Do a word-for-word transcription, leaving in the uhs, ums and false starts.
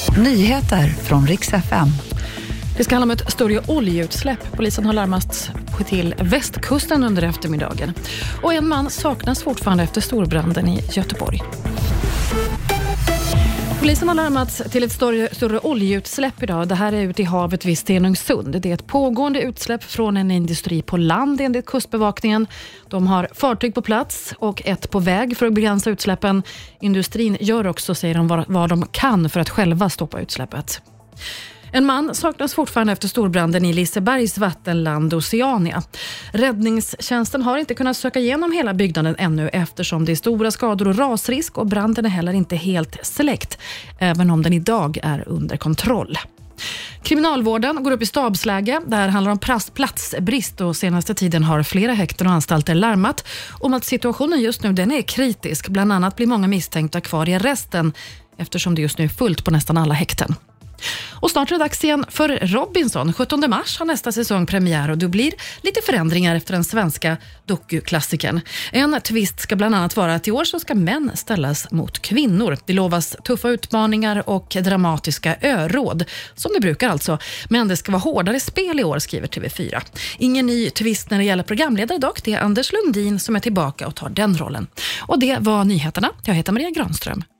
Nyheter från Rix F M. Det ska handla om ett större oljeutsläpp. Polisen har larmats till västkusten under eftermiddagen. Och en man saknas fortfarande efter storbranden i Göteborg. Polisen har larmats till ett större, större oljeutsläpp idag. Det här är ute i havet vid Stenungsund. Det är ett pågående utsläpp från en industri på land enligt kustbevakningen. De har fartyg på plats och ett på väg för att begränsa utsläppen. Industrin gör också, säger de, vad, vad de kan för att själva stoppa utsläppet. En man saknas fortfarande efter storbranden i Lisebergs vattenland Oceania. Räddningstjänsten har inte kunnat söka igenom hela byggnaden ännu eftersom det är stora skador och rasrisk och branden är heller inte helt släckt, även om den idag är under kontroll. Kriminalvården går upp i stabsläge. Det här handlar om platsbrist och senaste tiden har flera häkten och anstalter larmat om att situationen just nu den är kritisk. Bland annat blir många misstänkta kvar i arresten eftersom det just nu är fullt på nästan alla häkten. Och snart är det dags igen för Robinson. sjuttonde mars har nästa säsong premiär och det blir lite förändringar efter den svenska dokuklassikern. En twist ska bland annat vara att i år så ska män ställas mot kvinnor. Det lovas tuffa utmaningar och dramatiska öråd, som det brukar alltså. Men det ska vara hårdare spel i år, skriver T V fyra. Ingen ny twist när det gäller programledare dock. Det är Anders Lundin som är tillbaka och tar den rollen. Och det var nyheterna. Jag heter Maria Granström.